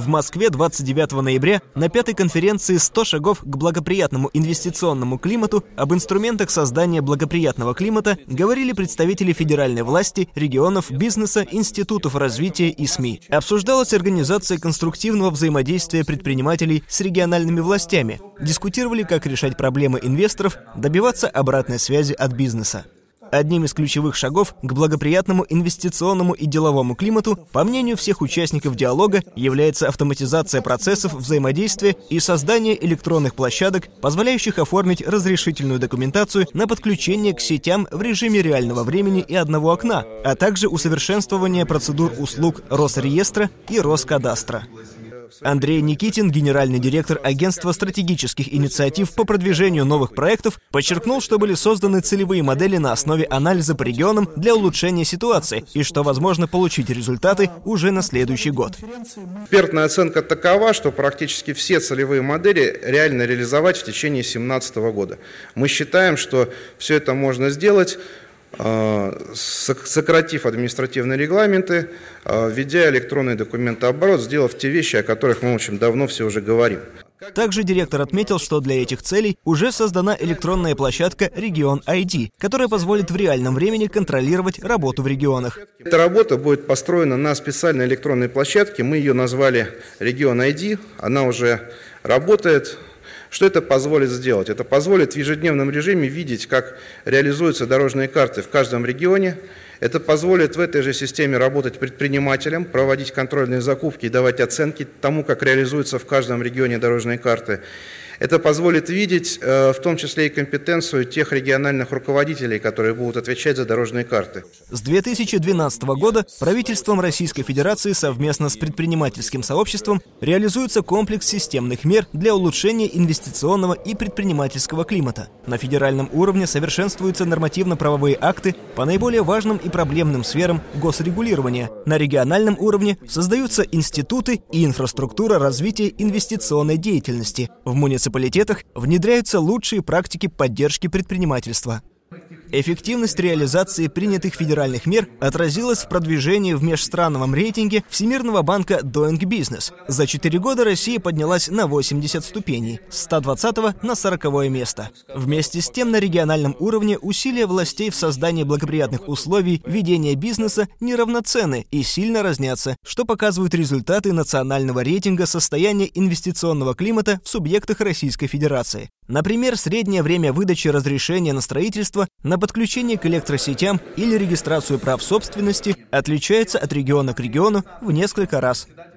В Москве 29 ноября на 5-й конференции «100 шагов к благоприятному инвестиционному климату» об инструментах создания благоприятного климата говорили представители федеральной власти, регионов, бизнеса, институтов развития и СМИ. Обсуждалась организация конструктивного взаимодействия предпринимателей с региональными властями. Дискутировали, как решать проблемы инвесторов, добиваться обратной связи от бизнеса. Одним из ключевых шагов к благоприятному инвестиционному и деловому климату, по мнению всех участников диалога, является автоматизация процессов взаимодействия и создание электронных площадок, позволяющих оформить разрешительную документацию на подключение к сетям в режиме реального времени и одного окна, а также усовершенствование процедур услуг Росреестра и Роскадастра. Андрей Никитин, генеральный директор Агентства стратегических инициатив по продвижению новых проектов, подчеркнул, что были созданы целевые модели на основе анализа по регионам для улучшения ситуации и что возможно получить результаты уже на следующий год. Экспертная оценка такова, что практически все целевые модели реально реализовать в течение 2017 года. Мы считаем, что все это можно сделать, сократив административные регламенты, введя электронный документооборот, сделав те вещи, о которых мы очень давно все уже говорим. Также директор отметил, что для этих целей уже создана электронная площадка «Регион ID», которая позволит в реальном времени контролировать работу в регионах. Эта работа будет построена на специальной электронной площадке, мы ее назвали «Регион ID», она уже работает. Что это позволит сделать? Это позволит в ежедневном режиме видеть, как реализуются дорожные карты в каждом регионе. Это позволит в этой же системе работать предпринимателям, проводить контрольные закупки и давать оценки тому, как реализуются в каждом регионе дорожные карты. Это позволит видеть в том числе и компетенцию тех региональных руководителей, которые будут отвечать за дорожные карты. С 2012 года правительством Российской Федерации совместно с предпринимательским сообществом реализуется комплекс системных мер для улучшения инвестиционного и предпринимательского климата. На федеральном уровне совершенствуются нормативно-правовые акты по наиболее важным и проблемным сферам госрегулирования. На региональном уровне создаются институты и инфраструктура развития инвестиционной деятельности. В муниципалитетах внедряются лучшие практики поддержки предпринимательства. Эффективность реализации принятых федеральных мер отразилась в продвижении в межстрановом рейтинге Всемирного банка Doing Business. За 4 года Россия поднялась на 80 ступеней, с 120 на 40 место. Вместе с тем, на региональном уровне усилия властей в создании благоприятных условий ведения бизнеса неравноценны и сильно разнятся, что показывают результаты национального рейтинга состояния инвестиционного климата в субъектах Российской Федерации. Например, среднее время выдачи разрешения на строительство, на подключение к электросетям или регистрацию прав собственности отличается от региона к региону в несколько раз.